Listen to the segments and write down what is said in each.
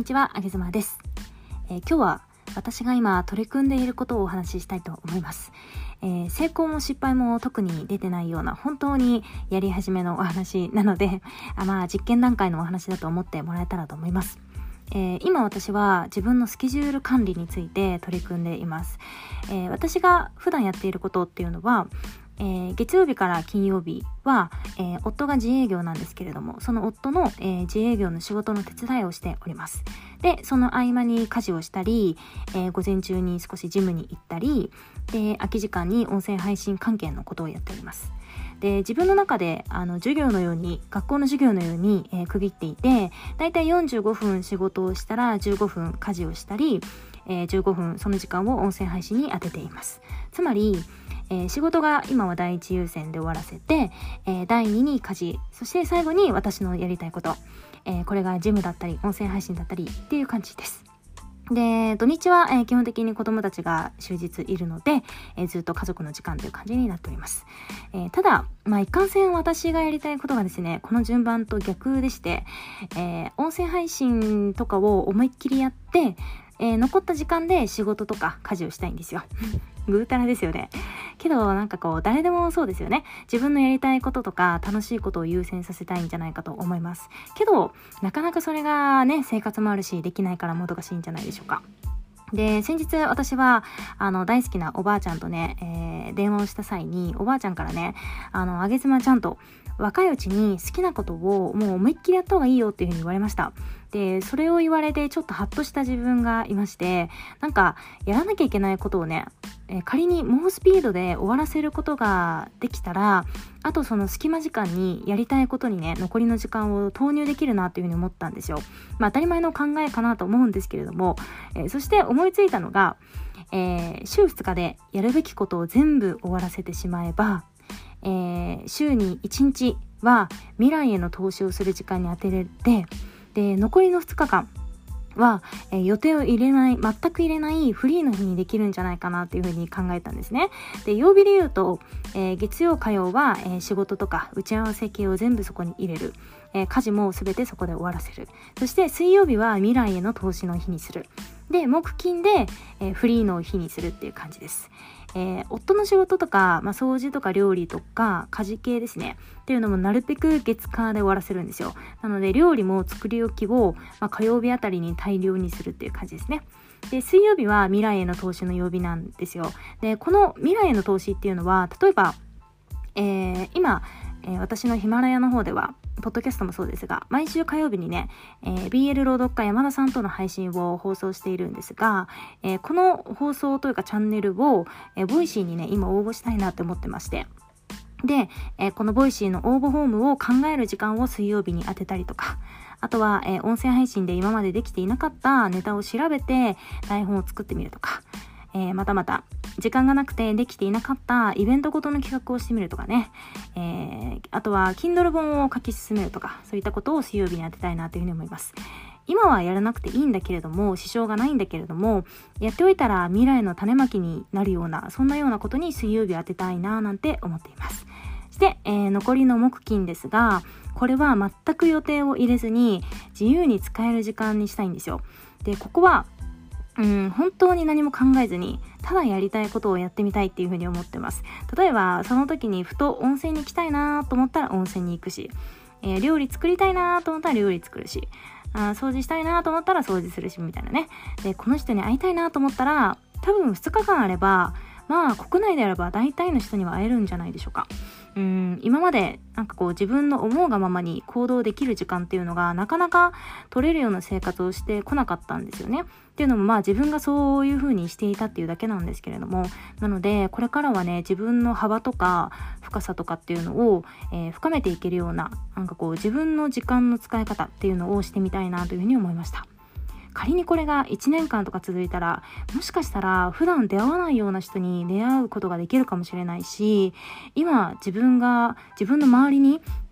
ちは、あげずまです。今日は私が今取り組んでいることをお話ししたいと思います。成功も失敗も特に出てないような本当にやり始めのお話なので、実験段階のお話だと思ってもらえたらと思います。今私は自分のスケジュール管理について取り組んでいます。私が普段やっていることっていうのは、月曜日から金曜日は、夫が自営業なんですけれども、その夫の、自営業の仕事の手伝いをしております。で、その合間に家事をしたり、午前中に少しジムに行ったり、で、空き時間に音声配信関係のことをやっております。で、自分の中で授業のように、学校の授業のように、区切っていて、だいたい45分仕事をしたら15分家事をしたり、15分その時間を音声配信に当てています。つまり、仕事が今は第一優先で終わらせて、第二に家事、そして最後に私のやりたいこと、これがジムだったり音声配信だったりっていう感じです。で、土日は、基本的に子供たちが終日いるので、ずっと家族の時間という感じになっております。ただ、一貫性私がやりたいことがですね、この順番と逆でして、音声配信とかを思いっきりやって、残った時間で仕事とか家事をしたいんですよ。ぐうたらですよね。けど誰でもそうですよね。自分のやりたいこととか楽しいことを優先させたいんじゃないかと思います。けどなかなかそれがね、生活もあるしできないからもどかしいんじゃないでしょうか。で、先日私は大好きなおばあちゃんとね、電話をした際におばあちゃんからね、あげずまちゃんと若いうちに好きなことをもう思いっきりやった方がいいよっていうふうに言われました。で、それを言われてちょっとハッとした自分がいまして、やらなきゃいけないことをね、仮に猛スピードで終わらせることができたら、あとその隙間時間にやりたいことにね、残りの時間を投入できるなっていうふうに思ったんですよ。当たり前の考えかなと思うんですけれども、そして思いついたのが、週2日でやるべきことを全部終わらせてしまえば、週に1日は未来への投資をする時間に当てれて、で、残りの2日間は、予定を全く入れないフリーの日にできるんじゃないかなっていうふうに考えたんですね。で、曜日で言うと、月曜火曜は、仕事とか打ち合わせ系を全部そこに入れる、家事も全てそこで終わらせる。そして水曜日は未来への投資の日にする。で、木金で、フリーの日にするっていう感じです。夫の仕事とか、掃除とか料理とか家事系ですねっていうのもなるべく月火で終わらせるんですよ。なので料理も作り置きを、火曜日あたりに大量にするっていう感じですね。で、水曜日は未来への投資の曜日なんですよ。で、この未来への投資っていうのは、例えば、今、私のヒマラヤの方ではポッドキャストもそうですが、毎週火曜日にね、BL 朗読家山田さんとの配信を放送しているんですが、この放送というかチャンネルを、ボイシーにね、今応募したいなって思ってまして、で、このボイシーの応募フォームを考える時間を水曜日に当てたりとか、あとは、音声配信で今までできていなかったネタを調べて台本を作ってみるとか、また時間がなくてできていなかったイベントごとの企画をしてみるとかね、あとは Kindle 本を書き進めるとか、そういったことを水曜日に当てたいなというふうに思います。今はやらなくていいんだけれども、支障がないんだけれども、やっておいたら未来の種まきになるような、そんなようなことに水曜日当てたいななんて思っています。そして、残りの木金ですが、これは全く予定を入れずに自由に使える時間にしたいんですよ。で、ここは本当に何も考えずにただやりたいことをやってみたいっていうふうに思ってます。例えばその時にふと温泉に行きたいなと思ったら温泉に行くし、料理作りたいなと思ったら料理作るし、掃除したいなと思ったら掃除するしみたいなね。で、この人に会いたいなと思ったら多分2日間あれば、国内であれば大体の人には会えるんじゃないでしょうか。今まで自分の思うがままに行動できる時間っていうのがなかなか取れるような生活をしてこなかったんですよね。っていうのも自分がそういう風にしていたっていうだけなんですけれども、なのでこれからはね、自分の幅とか深さとかっていうのを、深めていけるような自分の時間の使い方っていうのをしてみたいなというふうに思いました。仮にこれが1年間とか続いたら、もしかしたら普段出会わないような人に出会うことができるかもしれないし、今自分の周りに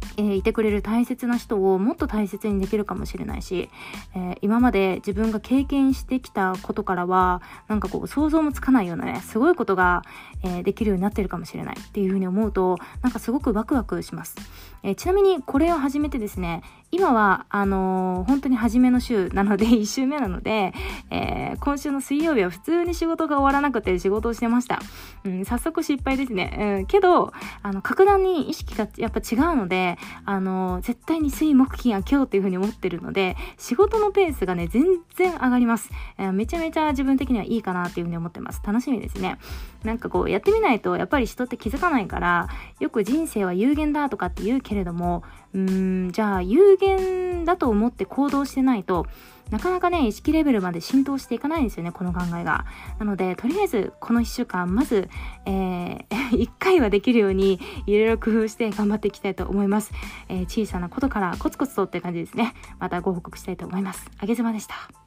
いてくれる大切な人をもっと大切にできるかもしれないし、今まで自分が経験してきたことからはなんかこう想像もつかないようなねすごいことが、できるようになってるかもしれないっていうふうに思うとなんかすごくワクワクします。ちなみにこれを始めてですね、今は本当に初めの週なので1週目なので、今週の水曜日は普通に仕事が終わらなくて仕事をしてました。早速失敗ですね。けど格段に意識がやっぱ違うので、絶対に水木金は今日っていう風に思ってるので、仕事のペースがね全然上がります。めちゃめちゃ自分的にはいいかなっていう風に思ってます。楽しみですね。なんかこうやってみないとやっぱり人って気づかないから、よく人生は有限だとかって言うけれども、じゃあ有限だと思って行動してないとなかなかね意識レベルまで浸透していかないんですよね、この考えが。なのでとりあえずこの1週間まず、1回はできるようにいろいろ工夫して頑張っていきたいと思います。小さなことからコツコツとって感じですね。またご報告したいと思います。あげずまでした。